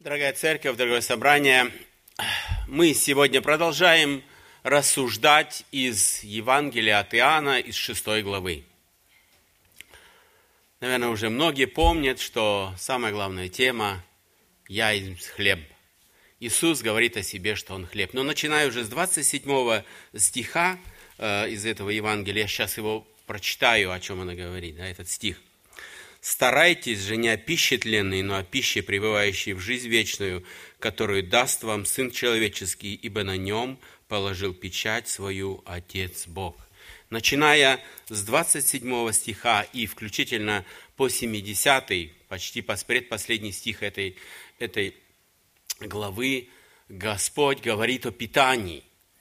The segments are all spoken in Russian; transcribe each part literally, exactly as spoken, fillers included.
Дорогая церковь, дорогое собрание, мы сегодня продолжаем рассуждать из Евангелия от Иоанна, из шестой главы. Наверное, уже многие помнят, что самая главная тема – «Я есть хлеб». Иисус говорит о себе, что Он хлеб. Но начиная уже с двадцать седьмого стиха э, из этого Евангелия, я сейчас его прочитаю, о чем она говорит, да, этот стих. «Старайтесь же не о пище тленной, но о пище, пребывающей в жизнь вечную, которую даст вам Сын Человеческий, ибо на нем положил печать свою Отец Бог». Начиная с двадцать седьмого стиха и включительно по семидесятый, почти предпоследний стих этой, этой главы, Господь говорит о питании.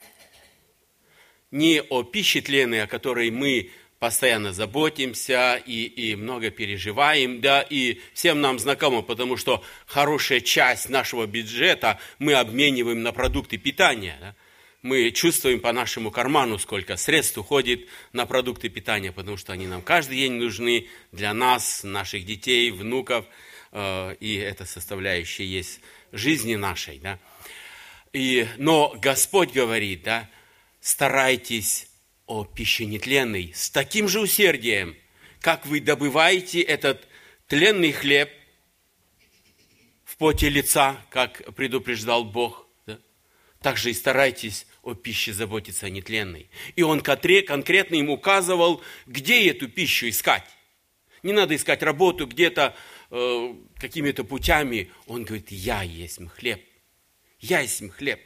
Не о пище тленной, о которой мы постоянно заботимся и, и много переживаем, да, и всем нам знакомо, потому что хорошая часть нашего бюджета мы обмениваем на продукты питания, да. Мы чувствуем по нашему карману, сколько средств уходит на продукты питания, потому что они нам каждый день нужны для нас, наших детей, внуков, э, и это составляющая есть жизни нашей, да. И, но Господь говорит, да, старайтесь о пище нетленной с таким же усердием, как вы добываете этот тленный хлеб в поте лица, как предупреждал Бог, да? Также и старайтесь о пище заботиться нетленной. И Он конкретно им указывал, где эту пищу искать. Не надо искать работу где-то э, какими-то путями. Он говорит, я есть хлеб. Я есть хлеб.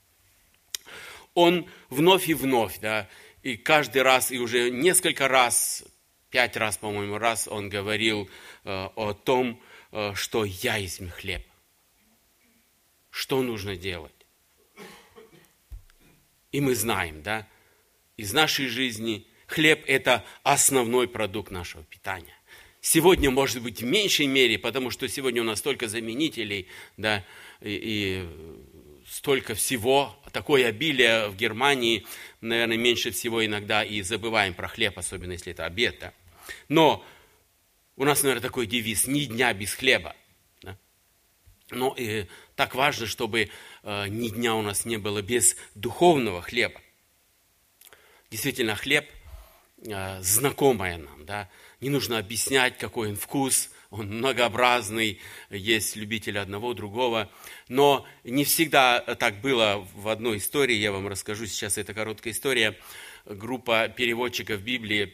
Он вновь и вновь, да, и каждый раз, и уже несколько раз, пять раз, по-моему, раз он говорил э, о том, э, что я есть хлеб. Что нужно делать? И мы знаем, да, из нашей жизни хлеб – это основной продукт нашего питания. Сегодня, может быть, в меньшей мере, потому что сегодня у нас столько заменителей, да, и, и столько всего, такое обилие в Германии, наверное, меньше всего иногда и забываем про хлеб, особенно если это обед, да. Но у нас, наверное, такой девиз – ни дня без хлеба. Да? Но и так важно, чтобы э, ни дня у нас не было без духовного хлеба. Действительно, хлеб э, знакомый нам, да. Не нужно объяснять, какой он вкус, он многообразный, есть любители одного, другого. Но не всегда так было в одной истории, я вам расскажу сейчас, это короткая история. Группа переводчиков Библии,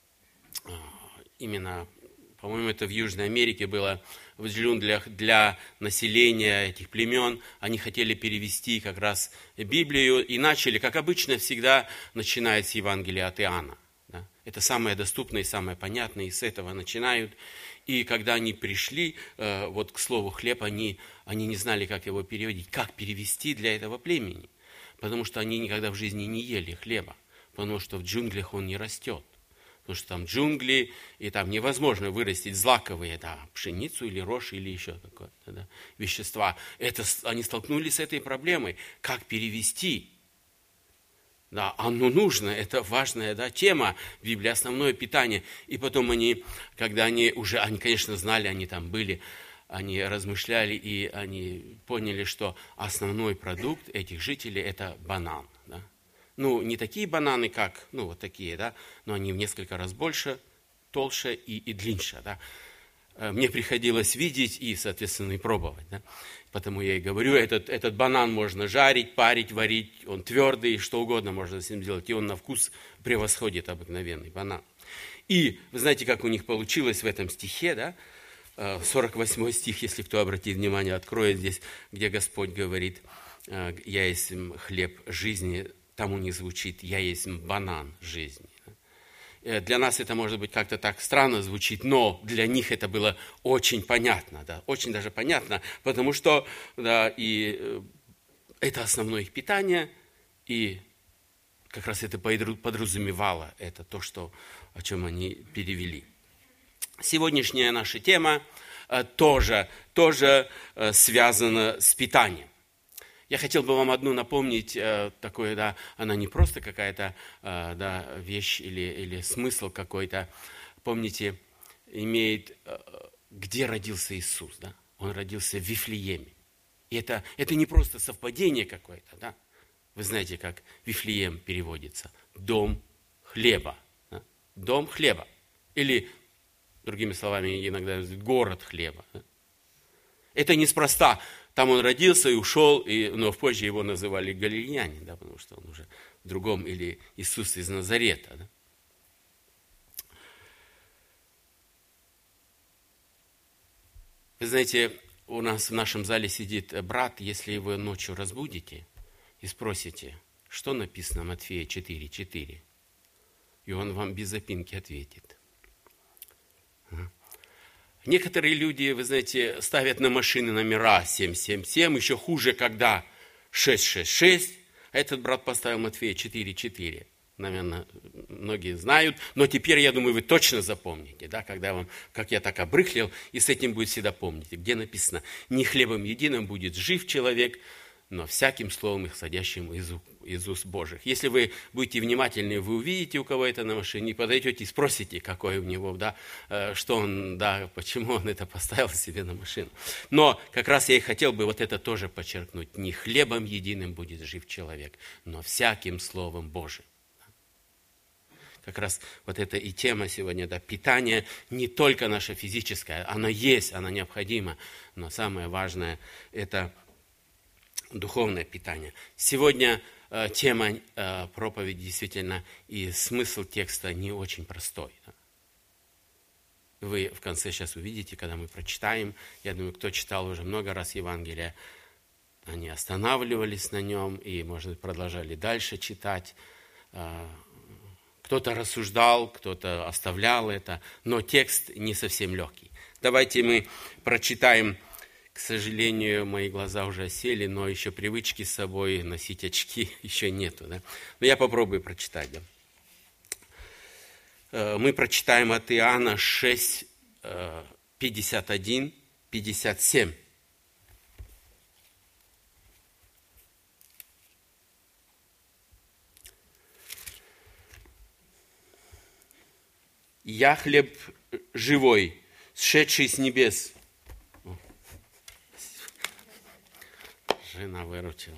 именно, по-моему, это в Южной Америке было, в джунглях для населения этих племен, они хотели перевести как раз Библию и начали, как обычно, всегда начинают с Евангелия от Иоанна. Да? Это самое доступное и самое понятное, и с этого начинают. И когда они пришли э, вот к слову хлеб, они, они не знали, как его переводить, как перевести для этого племени. Потому что они никогда в жизни не ели хлеба, потому что в джунглях он не растет. Потому что там джунгли, и там невозможно вырастить злаковые, да, пшеницу или рожь, или еще какое-то, да, вещества. Это, они столкнулись с этой проблемой. Как перевести? Да, оно нужно, это важная, да, тема в Библии, основное питание. И потом они, когда они уже, они, конечно, знали, они там были, они размышляли, и они поняли, что основной продукт этих жителей – это банан. Да. Ну, не такие бананы, как, ну, вот такие, да, но они в несколько раз больше, толще и, и длиннее, да. Мне приходилось видеть и, соответственно, и пробовать, да. Потому я и говорю, этот, этот банан можно жарить, парить, варить, он твердый, что угодно можно с ним делать, и он на вкус превосходит обыкновенный банан. И вы знаете, как у них получилось в этом стихе, да, сорок восьмой стих, если кто обратит внимание, откроет здесь, где Господь говорит, «Я есть хлеб жизни», там у них звучит «Я есть банан жизни». Для нас это, может быть, как-то так странно звучит, но для них это было очень понятно, да, очень даже понятно, потому что, да, и это основное их питание, и как раз это подразумевало, это то, что, о чем они перевели. Сегодняшняя наша тема тоже, тоже связана с питанием. Я хотел бы вам одну напомнить, э, такое, да, она не просто какая-то э, да, вещь или, или смысл какой-то. Помните, имеет, э, где родился Иисус, да? Он родился в Вифлееме. И это, это не просто совпадение какое-то, да? Вы знаете, как Вифлеем переводится. Дом хлеба. Да? Дом хлеба. Или, другими словами, иногда город хлеба. Да? Это неспроста. Там он родился и ушел, и, но позже его называли галилеянин, да, потому что он уже в другом, или Иисус из Назарета. Да? Вы знаете, у нас в нашем зале сидит брат, если вы ночью разбудите и спросите, что написано в Матфея четыре четыре, и он вам без запинки ответит. Некоторые люди, вы знаете, ставят на машины номера семь семь семь, еще хуже, когда шесть шесть шесть. А этот брат поставил Матфея четыре четыре. Наверное, многие знают, но теперь, я думаю, вы точно запомните, да, когда вам, как я так обрыхлил, и с этим будет всегда помните, где написано: «Не хлебом единым будет жив человек, но всяким словом исходящим из, из уст Божьих». Если вы будете внимательны, вы увидите, у кого это на машине, подойдете и спросите, какой у него, да, что он, да, почему он это поставил себе на машину. Но как раз я и хотел бы вот это тоже подчеркнуть. Не хлебом единым будет жив человек, но всяким словом Божьим. Как раз вот это и тема сегодня, да, питание не только наше физическое, оно есть, оно необходимо, но самое важное – это духовное питание. Сегодня э, тема э, проповеди действительно и смысл текста не очень простой. Да? Вы в конце сейчас увидите, когда мы прочитаем, я думаю, кто читал уже много раз Евангелие, они останавливались на нем и, может быть, продолжали дальше читать. Э, кто-то рассуждал, кто-то оставлял это, но текст не совсем легкий. Давайте мы прочитаем. К сожалению, мои глаза уже осели, но еще привычки с собой носить очки еще нету. Да? Но я попробую прочитать. Да? Мы прочитаем от Иоанна шесть, пятьдесят один, пятьдесят семь. «Я хлеб живой, сшедший с небес». Жена выручила.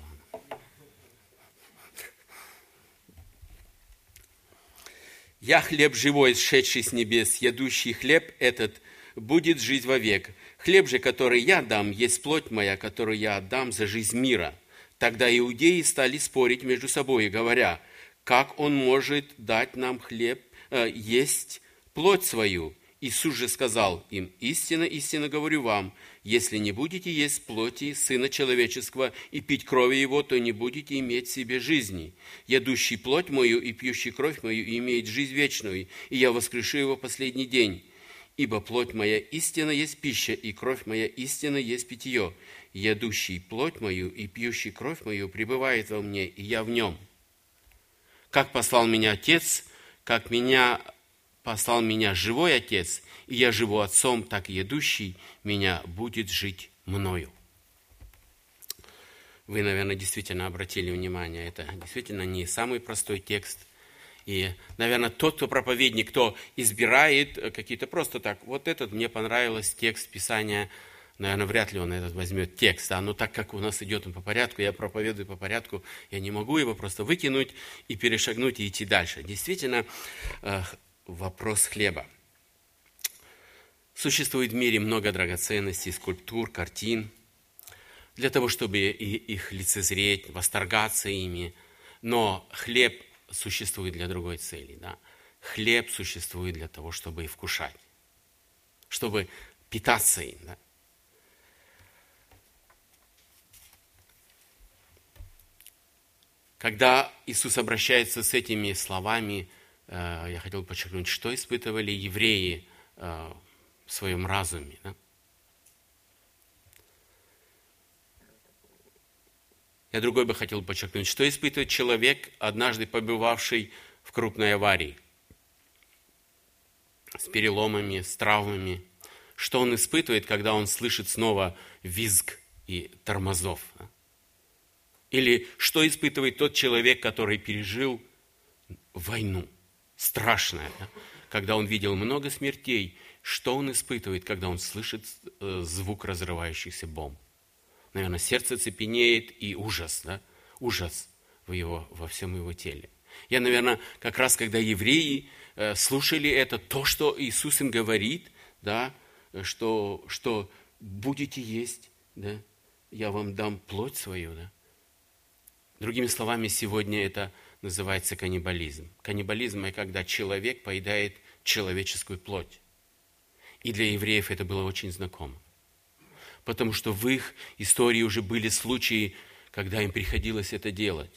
«Я хлеб живой, сшедший с небес, ядущий хлеб этот будет жить вовек. Хлеб же, который я дам, есть плоть моя, которую я отдам за жизнь мира». Тогда иудеи стали спорить между собой, говоря: «Как он может дать нам хлеб, э, есть плоть свою?» Иисус же сказал им: «Истинно, истинно говорю вам, если не будете есть плоти Сына Человеческого и пить крови Его, то не будете иметь в себе жизни. Ядущий плоть мою и пьющий кровь мою имеет жизнь вечную, и я воскрешу его в последний день. Ибо плоть моя истинно есть пища, и кровь моя истинно есть питье. Ядущий плоть мою и пьющий кровь мою пребывает во мне, и я в нем. Как послал меня Отец, как меня послал меня живой Отец, и я живу Отцом, так и ядущий меня будет жить мною». Вы, наверное, действительно обратили внимание, это действительно не самый простой текст. И, наверное, тот, кто проповедник, кто избирает какие-то просто так, вот этот мне понравилось, текст Писания, наверное, вряд ли он этот возьмет текст. А, но так как у нас идет он по порядку, я проповедую по порядку, я не могу его просто выкинуть и перешагнуть и идти дальше. Действительно, вопрос хлеба. Существует в мире много драгоценностей, скульптур, картин, для того, чтобы их лицезреть, восторгаться ими. Но хлеб существует для другой цели. Да? Хлеб существует для того, чтобы и вкушать, чтобы питаться им. Да? Когда Иисус обращается с этими словами, я хотел подчеркнуть, что испытывали евреи в своем разуме. Да? Я другой бы хотел подчеркнуть, что испытывает человек, однажды побывавший в крупной аварии, с переломами, с травмами. Что он испытывает, когда он слышит снова визг и тормозов. Да? Или что испытывает тот человек, который пережил войну, страшное, да? Когда он видел много смертей, что он испытывает, когда он слышит звук разрывающихся бомб. наверное, сердце цепенеет и ужас, да? Ужас в его, во всем его теле. Я, наверное, как раз когда евреи э, слушали это, то, что Иисус им говорит, да, что, что будете есть, да, я вам дам плоть свою, да. Другими словами, сегодня это называется каннибализм. Каннибализм – это когда человек поедает человеческую плоть. И для евреев это было очень знакомо. Потому что в их истории уже были случаи, когда им приходилось это делать.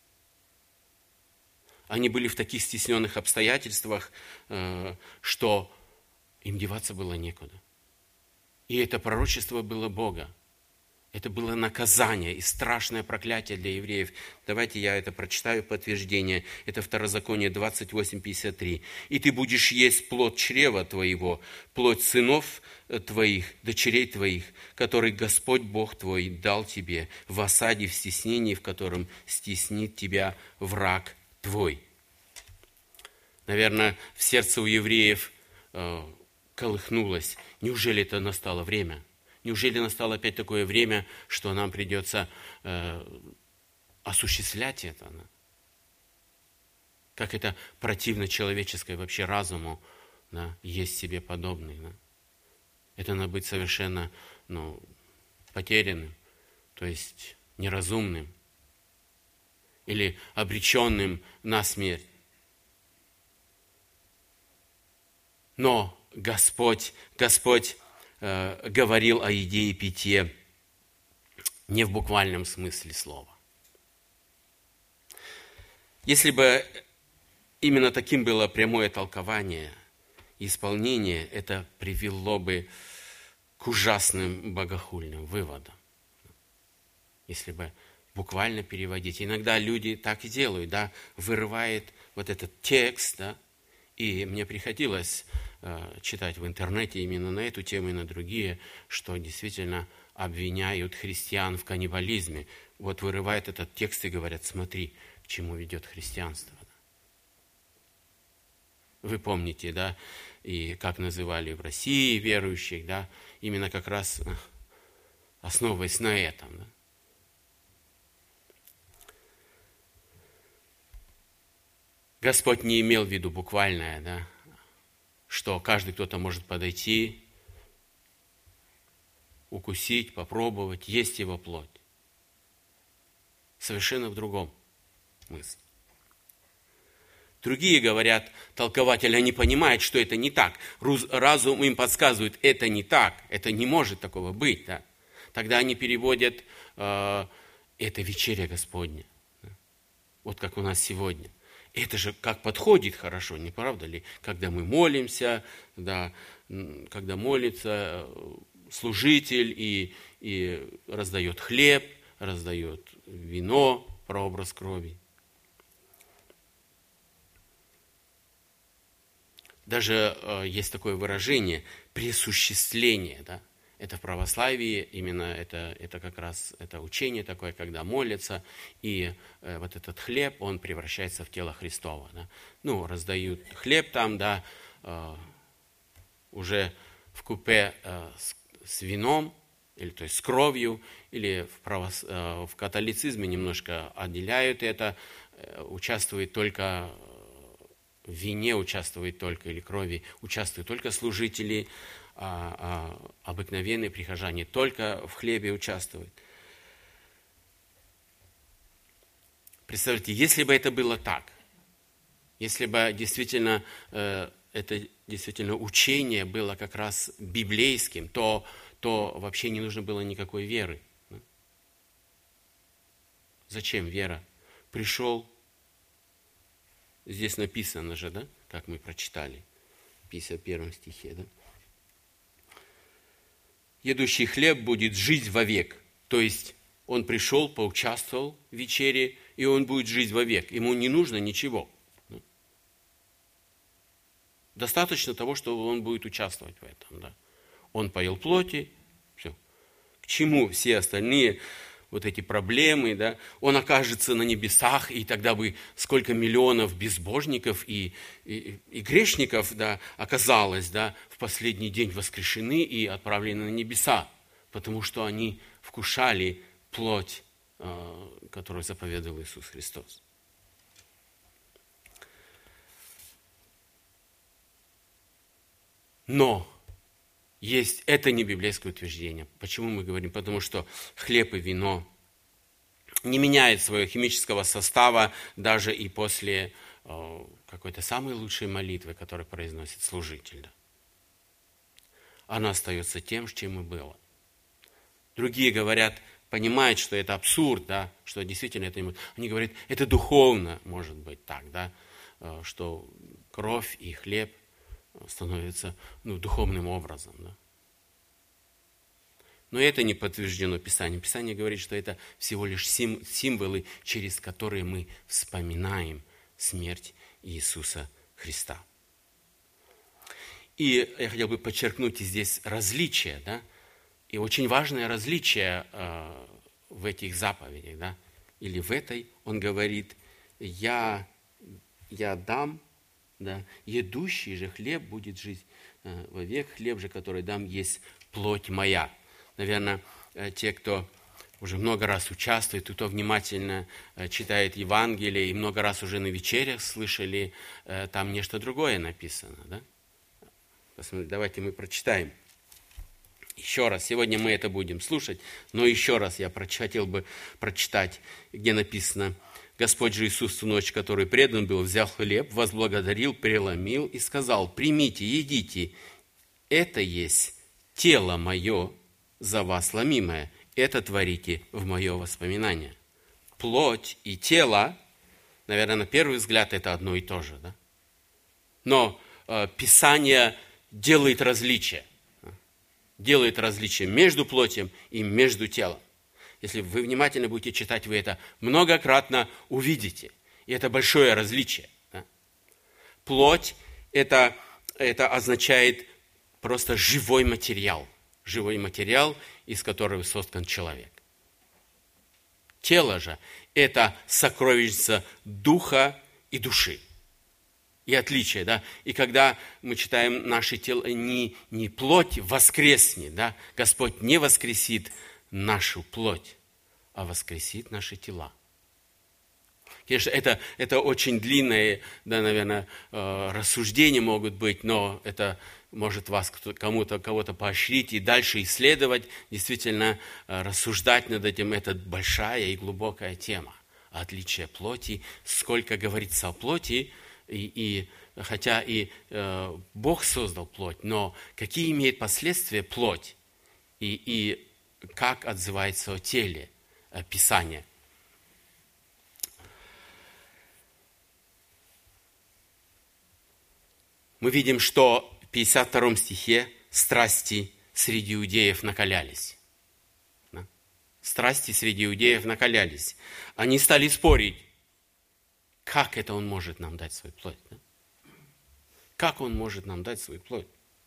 Они были в таких стесненных обстоятельствах, что им деваться было некуда. И это пророчество было Бога. Это было наказание и страшное проклятие для евреев. Давайте я это прочитаю, подтверждение. Это Второзаконие двадцать восемь пятьдесят три. «И ты будешь есть плод чрева твоего, плоть сынов твоих, дочерей твоих, который Господь Бог твой дал тебе в осаде, в стеснении, в котором стеснит тебя враг твой». Наверное, в сердце у евреев э, колыхнулось. Неужели это настало время? Неужели настало опять такое время, что нам придется э, осуществлять это? Да? Как это противно человеческой вообще разуму, да, есть себе подобный. Да? Это надо быть совершенно ну, потерянным, то есть неразумным или обреченным на смерть. Но Господь, Господь э, говорил о еде и питье не в буквальном смысле слова. Если бы именно таким было прямое толкование и исполнение, это привело бы к ужасным богохульным выводам. Если бы буквально переводить. Иногда люди так и делают, да, вырывает вот этот текст, да, и мне приходилось э, читать в интернете именно на эту тему и на другие, что действительно обвиняют христиан в каннибализме. Вот вырывают этот текст и говорят, смотри, к чему ведет христианство. Вы помните, да, и как называли в России верующих, да, именно как раз основываясь на этом, да. Господь не имел в виду буквальное, да, что каждый кто-то может подойти, укусить, попробовать, есть его плоть. Совершенно в другом смысле. Другие говорят, толкователи, они понимают, что это не так. Разум им подсказывает, это не так, это не может такого быть. Да? Тогда они переводят, э, это вечеря Господня. Да? Вот как у нас сегодня. Это же как подходит хорошо, не правда ли? Когда мы молимся, да, когда молится служитель и, и раздает хлеб, раздает вино, прообраз крови. Даже э, есть такое выражение присуществление, да? Это в православии, именно это, это как раз это учение такое, когда молятся, и э, вот этот хлеб, он превращается в тело Христово. Да? Ну, раздают хлеб там, да, э, уже в купе э, с, с вином, или то есть с кровью, или в, правос, э, в католицизме немножко отделяют это, э, участвует только в вине, участвует только, или крови, участвуют только служители, А, а обыкновенные прихожане только в хлебе участвуют. Представьте, если бы это было так, если бы действительно э, это действительно учение было как раз библейским, то, то вообще не нужно было никакой веры. Зачем вера? Пришел, здесь написано же, да, как мы прочитали, в пятьдесят первом стихе, да? Едущий хлеб будет жить вовек. То есть он пришел, поучаствовал в вечере, и он будет жить вовек. Ему не нужно ничего. Достаточно того, что он будет участвовать в этом. Да. Он поел плоти, все. К чему все остальные вот эти проблемы, да? Он окажется на небесах, и тогда бы сколько миллионов безбожников и, и, и грешников, да, оказалось, да, в последний день воскрешены и отправлены на небеса. потому что они вкушали плоть, которую заповедовал Иисус Христос. Но есть, это не библейское утверждение. Почему мы говорим? Потому что хлеб и вино не меняют своего химического состава даже и после э, какой-то самой лучшей молитвы, которую произносит служитель. Оно остается тем, чем и было. Другие говорят, понимают, что это абсурд, да, что действительно это не может. Они говорят, это духовно может быть так, да, э, что кровь и хлеб становится ну, духовным образом. Да. Но это не подтверждено Писанием. Писание говорит, что это всего лишь сим, символы, через которые мы вспоминаем смерть Иисуса Христа. И я хотел бы подчеркнуть здесь различие, да, и очень важное различие э, в этих заповедях, да, или в этой, он говорит, я, я дам, да, едущий же хлеб будет жить э, вовек, хлеб же, который дам, есть плоть моя. Наверное, э, те, кто уже много раз участвует, кто внимательно э, читает Евангелие и много раз уже на вечерях слышали, э, там нечто другое написано. Да? Посмотрите, давайте мы прочитаем. Еще раз, сегодня мы это будем слушать, но еще раз я проч- хотел бы прочитать, где написано: Господь же Иисус в ту ночь, который предан был, взял хлеб, возблагодарил, преломил и сказал: примите, едите, это есть тело мое, за вас ломимое, это творите в мое воспоминание. Плоть и тело, наверное, на первый взгляд это одно и то же, да? Но э, Писание делает различие, делает различие между плотью и между телом. Если вы внимательно будете читать, вы это многократно увидите. И это большое различие. Да? Плоть это, это означает просто живой материал. Живой материал, из которого создан человек. Тело же это сокровищница духа и души. И отличие, да. И когда мы читаем наше тело, не, не плоть воскреснет, да, Господь не воскресит нашу плоть, а воскресит наши тела. Конечно, это, это очень длинное, да, наверное, рассуждения могут быть, но это может вас кому-то, кого-то поощрить и дальше исследовать, действительно рассуждать над этим. Это большая и глубокая тема. Отличие плоти, сколько говорится о плоти, и, и хотя и э, Бог создал плоть, но какие имеет последствия плоть и, и как отзывается о теле э, Писание. Мы видим, что в пятьдесят втором стихе страсти среди иудеев накалялись. Да? Страсти среди иудеев накалялись. Они стали спорить, как это он может нам дать свою плоть. Да? Как он может нам дать свою плоть?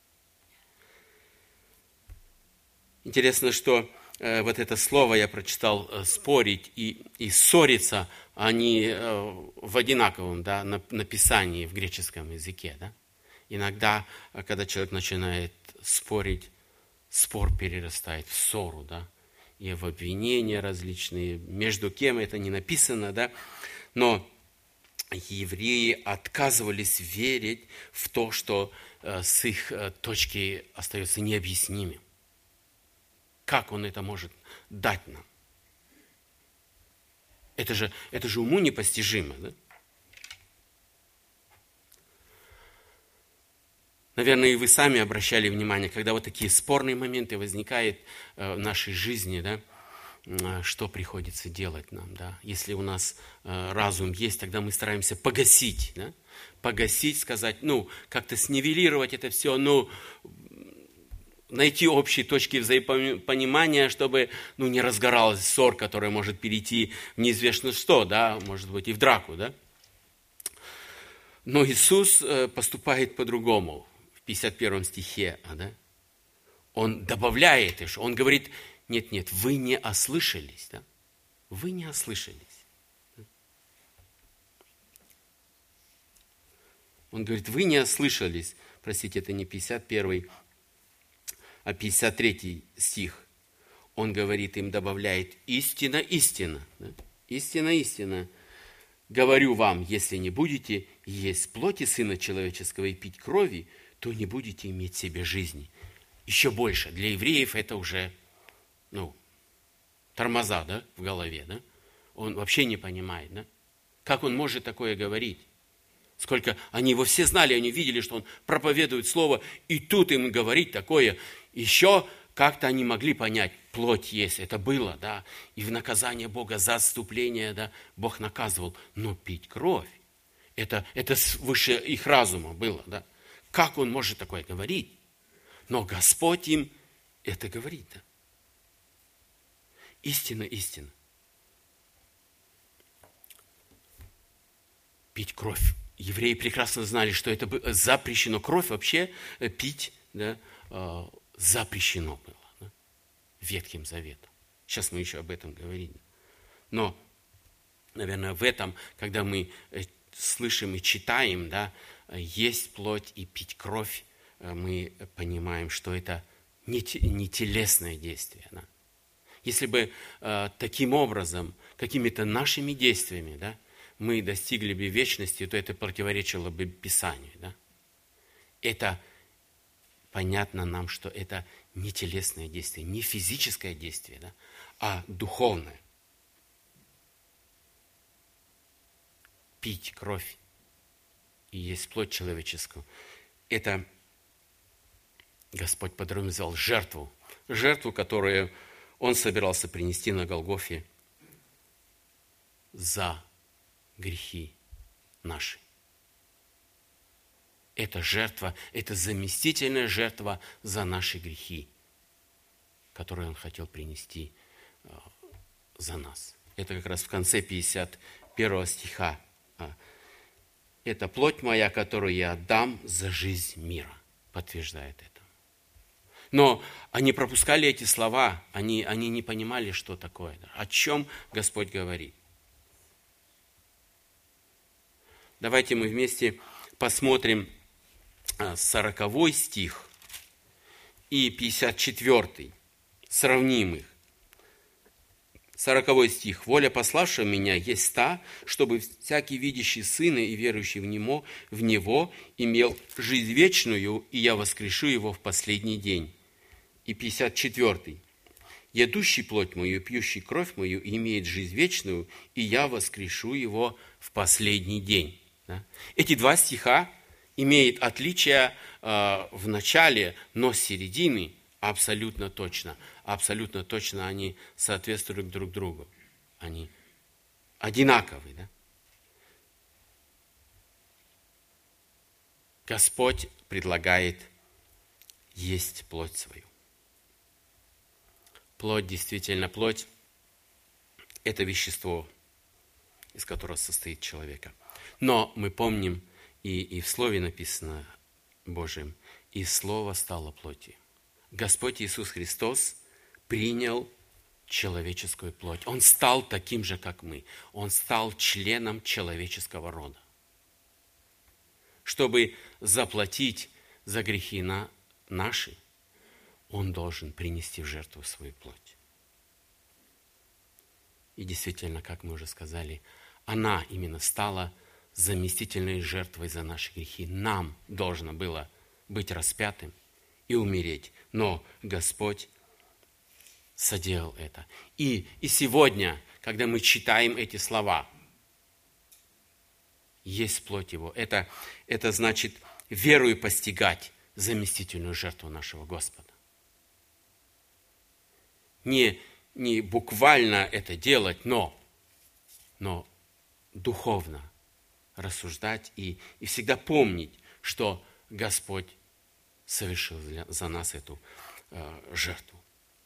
Интересно, что э, вот это слово я прочитал, э, спорить и, и ссориться, они э, в одинаковом, да, написании в греческом языке. Да? Иногда, когда человек начинает спорить, спор перерастает в ссору, да, и в обвинения различные, между кем это не написано, да, но евреи отказывались верить в то, что э, с их э, точки остается необъяснимым. Как он это может дать нам? Это же, это же уму непостижимо, да? Наверное, и вы сами обращали внимание, когда вот такие спорные моменты возникают в нашей жизни, да, что приходится делать нам, да? Если у нас разум есть, тогда мы стараемся погасить, да? Погасить, сказать, ну, как-то снивелировать это все, ну, найти общие точки взаимопонимания, чтобы, ну, не разгоралась ссор, которая может перейти в неизвестно что, да, может быть, и в драку, да? Но Иисус поступает по-другому. В пятьдесят первом стихе, да? Он добавляет еще, он говорит: нет, нет, вы не ослышались, да? Вы не ослышались. Он говорит: вы не ослышались. Простите, это не пятьдесят первый, а пятьдесят третий стих. Он говорит им, добавляет, истина, истина. Да? Истина, истина. Говорю вам, если не будете есть плоти Сына Человеческого и пить крови, то не будете иметь в себе жизни. Еще больше. Для евреев это уже, ну, тормоза, да, в голове, да? Он вообще не понимает, да? Как он может такое говорить? Сколько они его все знали, они видели, что он проповедует слово, и тут им говорить такое. Еще как-то они могли понять, плоть есть, это было, да, и в наказание Бога за отступление, да, Бог наказывал, но пить кровь, это, это выше их разума было, да. Как он может такое говорить? Но Господь им это говорит, да. Истина, истина. Пить кровь. Евреи прекрасно знали, что это запрещено. Кровь вообще пить, да, запрещено было, да, Ветхим Заветом. Сейчас мы еще об этом говорим. Но, наверное, в этом, когда мы слышим и читаем, да, есть плоть и пить кровь, мы понимаем, что это не телесное действие. Да. Если бы э, таким образом, какими-то нашими действиями, да, мы достигли бы вечности, то это противоречило бы Писанию. Да. Это понятно нам, что это не телесное действие, не физическое действие, да, а духовное. Пить кровь и есть плоть человеческую. Это Господь подразумевал жертву. Жертву, которую Он собирался принести на Голгофе за грехи наши. Это жертва, это заместительная жертва за наши грехи, которую Он хотел принести за нас. Это как раз в конце пятьдесят первого стиха. «Это плоть моя, которую я отдам за жизнь мира», подтверждает это. Но они пропускали эти слова, они, они не понимали, что такое, о чем Господь говорит. Давайте мы вместе посмотрим сороковой стих и пятьдесят четвёртый, сравним их. Сороковой стих. «Воля пославшего меня есть та, чтобы всякий видящий Сына и верующий в Него, в Него имел жизнь вечную, и я воскрешу его в последний день». И пятьдесят четвёртый. «Едущий плоть мою, пьющий кровь мою, имеет жизнь вечную, и я воскрешу его в последний день». Да? Эти два стиха имеют отличия э, в начале, но с середины абсолютно точно. Абсолютно точно они соответствуют друг другу. Они одинаковы. Да? Господь предлагает есть плоть свою. Плоть, действительно, плоть – это вещество, из которого состоит человека. Но мы помним, и, и в Слове написано Божьем, «И Слово стало плотью». Господь Иисус Христос принял человеческую плоть. Он стал таким же, как мы. Он стал членом человеческого рода. Чтобы заплатить за грехи на наши, Он должен принести в жертву свою плоть. И действительно, как мы уже сказали, она именно стала заместительной жертвой за наши грехи. Нам должно было быть распятым и умереть. Но Господь соделал это. И, и сегодня, когда мы читаем эти слова, есть плоть Его. Это, это значит верою постигать заместительную жертву нашего Господа. Не, не буквально это делать, но, но духовно рассуждать и, и всегда помнить, что Господь совершил для, за нас эту э, жертву.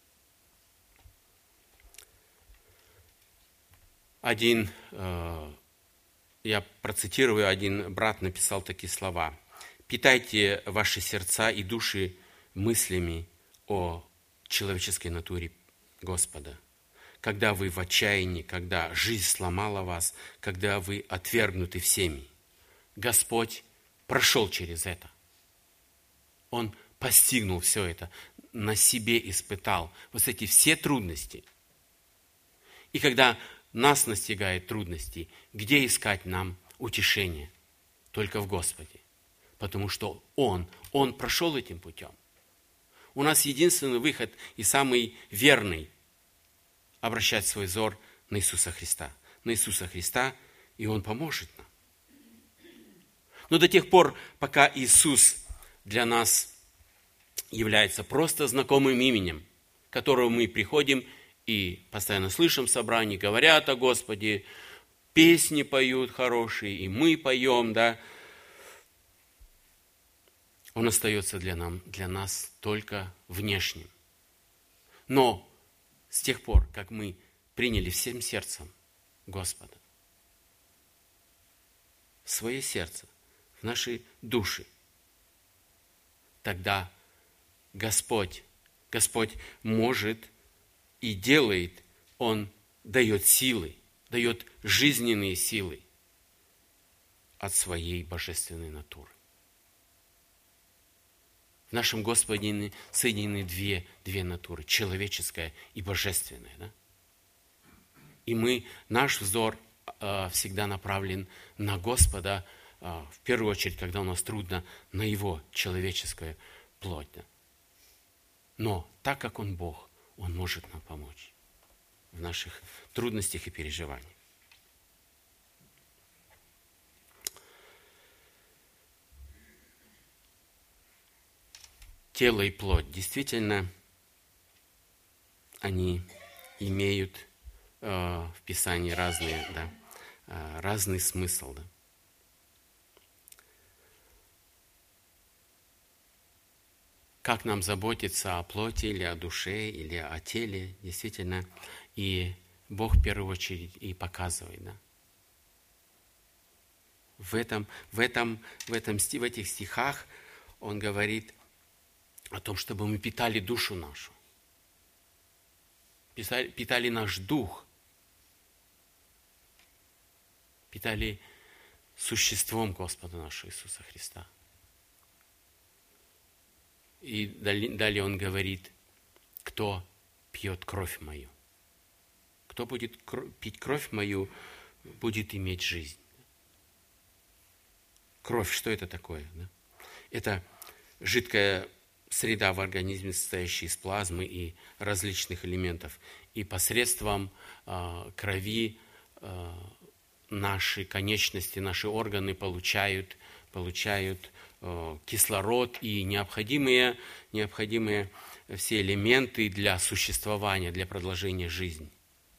Один, э, я процитирую, один брат написал такие слова. «Питайте ваши сердца и души мыслями о человеческой натуре Господа. Когда вы в отчаянии, когда жизнь сломала вас, когда вы отвергнуты всеми. Господь прошел через это. Он постигнул все это, на себе испытал вот эти все трудности. И когда нас настигают трудности, где искать нам утешение? Только в Господе. Потому что Он, Он прошел этим путем. У нас единственный выход и самый верный – обращать свой взор на Иисуса Христа. На Иисуса Христа, и Он поможет нам. Но до тех пор, пока Иисус для нас является просто знакомым именем, к которому мы приходим и постоянно слышим в собрании, говорят о Господе, песни поют хорошие, и мы поем, да, Он остается для, нам, для нас только внешним. Но с тех пор, как мы приняли всем сердцем Господа, в свое сердце, в наши души, тогда Господь, Господь может и делает, Он дает силы, дает жизненные силы от своей божественной натуры. В нашем Господе соединены две, две натуры, человеческая и божественная. Да? И мы, наш взор э, всегда направлен на Господа, э, в первую очередь, когда у нас трудно, на Его человеческую плоть. Да? Но так как Он Бог, Он может нам помочь в наших трудностях и переживаниях. Тело и плоть, действительно, они имеют э, в Писании разные, да, э, разный смысл. Да. Как нам заботиться о плоти или о душе, или о теле, действительно, и Бог в первую очередь и показывает. Да. В, этом, в, этом, в, этом, в этих стихах Он говорит о том, чтобы мы питали душу нашу, питали, питали наш дух, питали существом Господа нашего Иисуса Христа. И далее Он говорит, кто пьет кровь мою. Кто будет пить кровь мою, будет иметь жизнь. Кровь, что это такое? Это жидкая среда в организме, состоящая из плазмы и различных элементов. И посредством э, крови э, наши конечности, наши органы получают, получают э, кислород и необходимые, необходимые все элементы для существования, для продолжения жизни.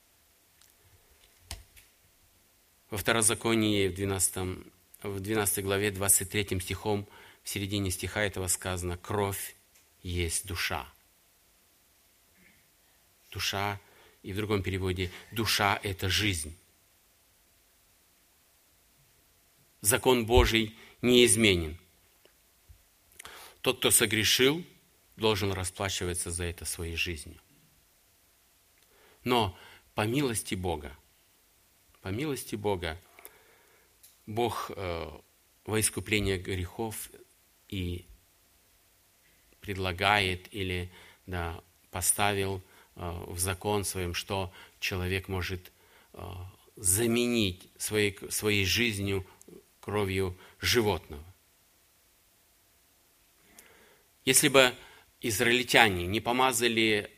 Во Второзаконии в двенадцатой, в двенадцатой главе двадцать третьим стихом, в середине стиха этого сказано: «Кровь есть душа». Душа, и в другом переводе, душа – это жизнь. Закон Божий неизменен. Тот, кто согрешил, должен расплачиваться за это своей жизнью. Но по милости Бога, по милости Бога, Бог э, во искупление грехов и предлагает или да, поставил э, в закон своем, что человек может э, заменить своей, своей жизнью кровью животного. Если бы израильтяне не помазали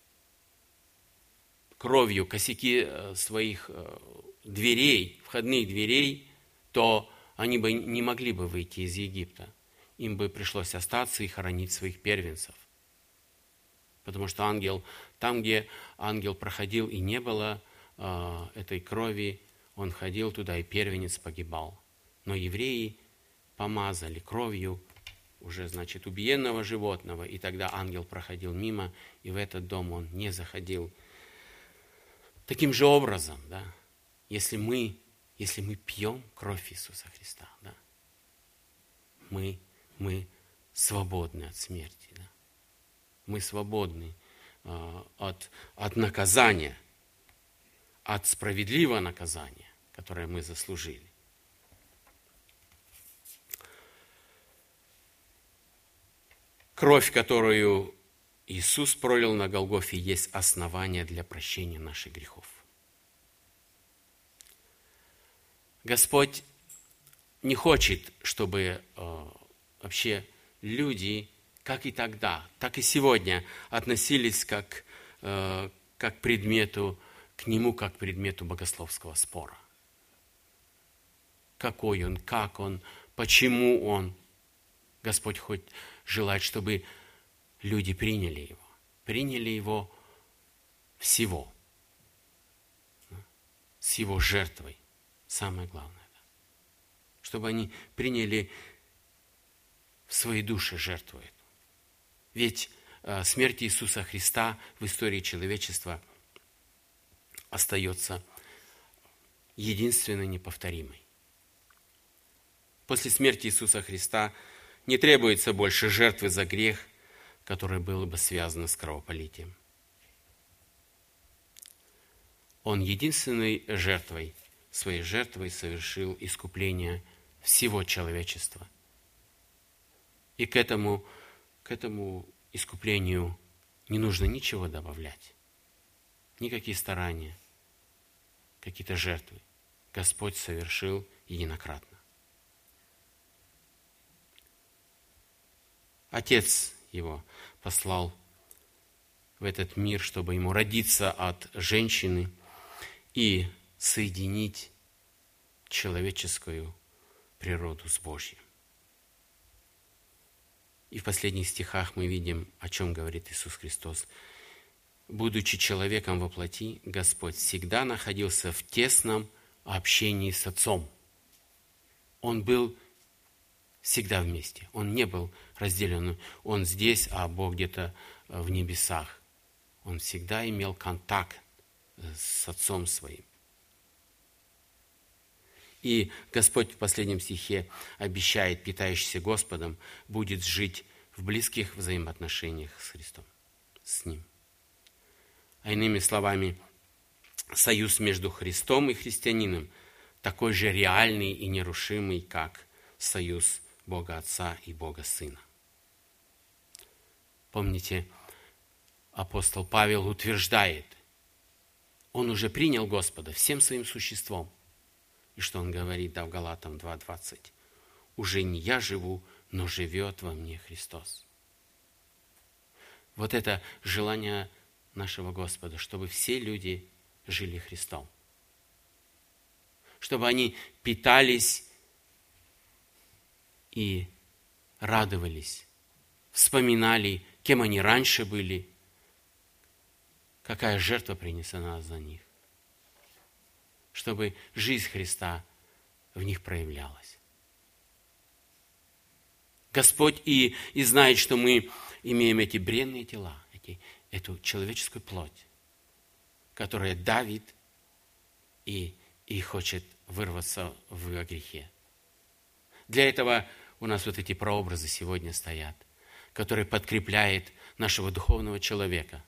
кровью косяки своих дверей, входных дверей, то они бы не могли бы выйти из Египта. Им бы пришлось остаться и хоронить своих первенцев. Потому что ангел, там, где ангел проходил и не было э, этой крови, он ходил туда, и первенец погибал. Но евреи помазали кровью уже, значит, убиенного животного, и тогда ангел проходил мимо, и в этот дом он не заходил. Таким же образом, да, если мы, если мы пьем кровь Иисуса Христа, да, мы, мы свободны от смерти, да. Мы свободны э, от, от наказания, от справедливого наказания, которое мы заслужили. кровь, которую Иисус пролил на Голгофе, есть основание для прощения наших грехов. Господь не хочет, чтобы э, вообще люди, как и тогда, так и сегодня, относились как, э, как к предмету, к Нему, как к предмету богословского спора. Какой Он, как Он, почему Он. Господь хоть желает, чтобы люди приняли Его. Приняли Его всего. С Его жертвой. Самое главное. Чтобы они приняли в своей душе жертву эту. Ведь э, смерть Иисуса Христа в истории человечества остается единственной неповторимой. После смерти Иисуса Христа не требуется больше жертвы за грех, которое было бы связано с кровопролитием. Он единственной жертвой, своей жертвой совершил искупление всего человечества. И к этому, к этому искуплению не нужно ничего добавлять. Никакие старания, какие-то жертвы. Господь совершил единократно. Отец его послал в этот мир, чтобы ему родиться от женщины и соединить человеческую природу с Божьей. И в последних стихах мы видим, о чем говорит Иисус Христос. Будучи человеком во плоти, Господь всегда находился в тесном общении с Отцом. Он был всегда вместе. Он не был разделен. Он здесь, а Бог где-то в небесах. Он всегда имел контакт с Отцом Своим. И Господь в последнем стихе обещает, питающийся Господом, будет жить в близких взаимоотношениях с Христом, с Ним. А иными словами, союз между Христом и христианином такой же реальный и нерушимый, как союз Бога Отца и Бога Сына. Помните, апостол Павел утверждает, он уже принял Господа всем своим существом. И что он говорит, да, в Галатам два двадцать. Уже не я живу, но живет во мне Христос. Вот это желание нашего Господа, чтобы все люди жили Христом. Чтобы они питались и радовались, вспоминали, кем они раньше были, какая жертва принесена за них. Чтобы жизнь Христа в них проявлялась. Господь и, и знает, что мы имеем эти бренные тела, эти, эту человеческую плоть, которая давит и, и хочет вырваться в грехе. Для этого у нас вот эти прообразы сегодня стоят, которые подкрепляют нашего духовного человека,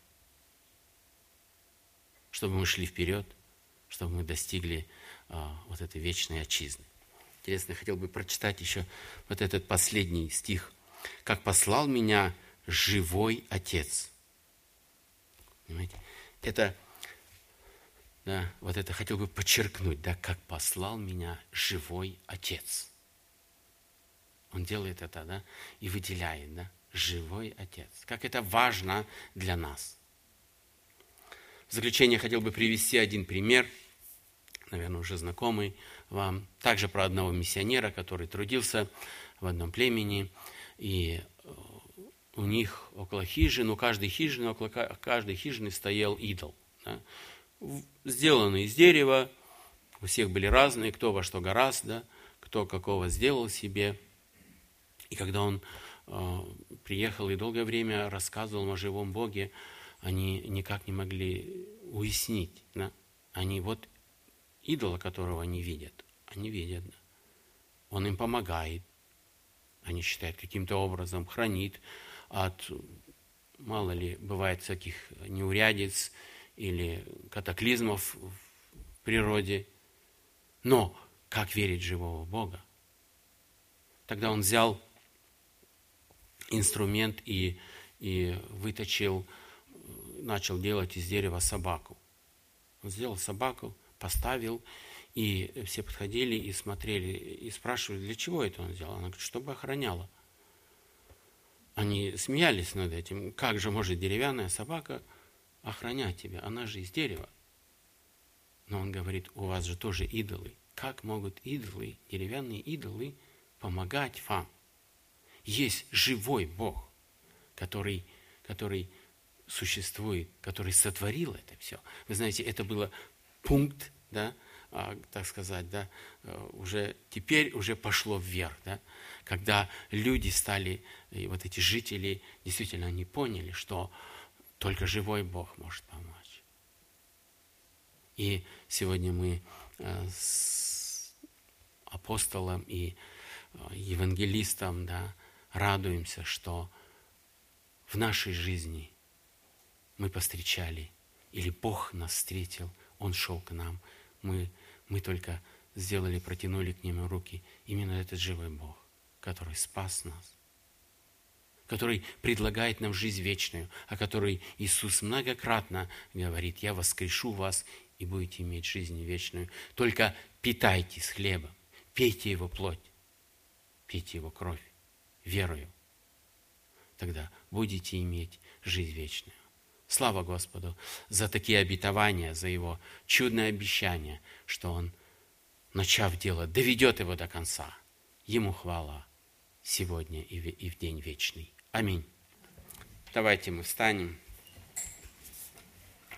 чтобы мы шли вперед, чтобы мы достигли а, вот этой вечной отчизны. Интересно, я хотел бы прочитать еще вот этот последний стих. «Как послал меня живой Отец». Понимаете? Это, да, вот это хотел бы подчеркнуть, да, как послал меня живой Отец. Он делает это, да, и выделяет, да, живой Отец. Как это важно для нас. В заключение хотел бы привести один пример, наверное, уже знакомый вам, также про одного миссионера, который трудился в одном племени, и у них около хижин, у каждой хижины, около каждой хижины стоял идол, да, сделанный из дерева, у всех были разные, кто во что гораст, да, кто какого сделал себе. И когда он э, приехал и долгое время рассказывал о живом Боге, они никак не могли уяснить, да, они вот идола, которого они видят, они видят, да. Он им помогает, они считают, каким-то образом хранит от, мало ли, бывает всяких неурядиц или катаклизмов в природе. Но как верить в живого Бога? Тогда он взял инструмент и, и выточил, начал делать из дерева собаку. Он сделал собаку, поставил, и все подходили и смотрели, и спрашивали, для чего это он сделал. Она говорит, чтобы охраняла. Они смеялись над этим. Как же может деревянная собака охранять тебя? Она же из дерева. Но он говорит, у вас же тоже идолы. Как могут идолы, деревянные идолы, помогать вам? Есть живой Бог, который, который существует, который сотворил это все. Вы знаете, это было пункт, да, а, так сказать, да, уже теперь уже пошло вверх, да, когда люди стали, и вот эти жители, действительно, они поняли, что только живой Бог может помочь. И сегодня мы с апостолом и евангелистом, да, радуемся, что в нашей жизни мы повстречали, или Бог нас встретил, Он шел к нам, мы, мы только сделали, протянули к Нему руки. Именно этот живой Бог, который спас нас, который предлагает нам жизнь вечную, о которой Иисус многократно говорит, я воскрешу вас и будете иметь жизнь вечную. Только питайтесь хлебом, пейте Его плоть, пейте Его кровь, верою. Тогда будете иметь жизнь вечную. Слава Господу за такие обетования, за Его чудное обещание, что Он, начав дело, доведет его до конца. Ему хвала сегодня и в день вечный. Аминь. Давайте мы встанем.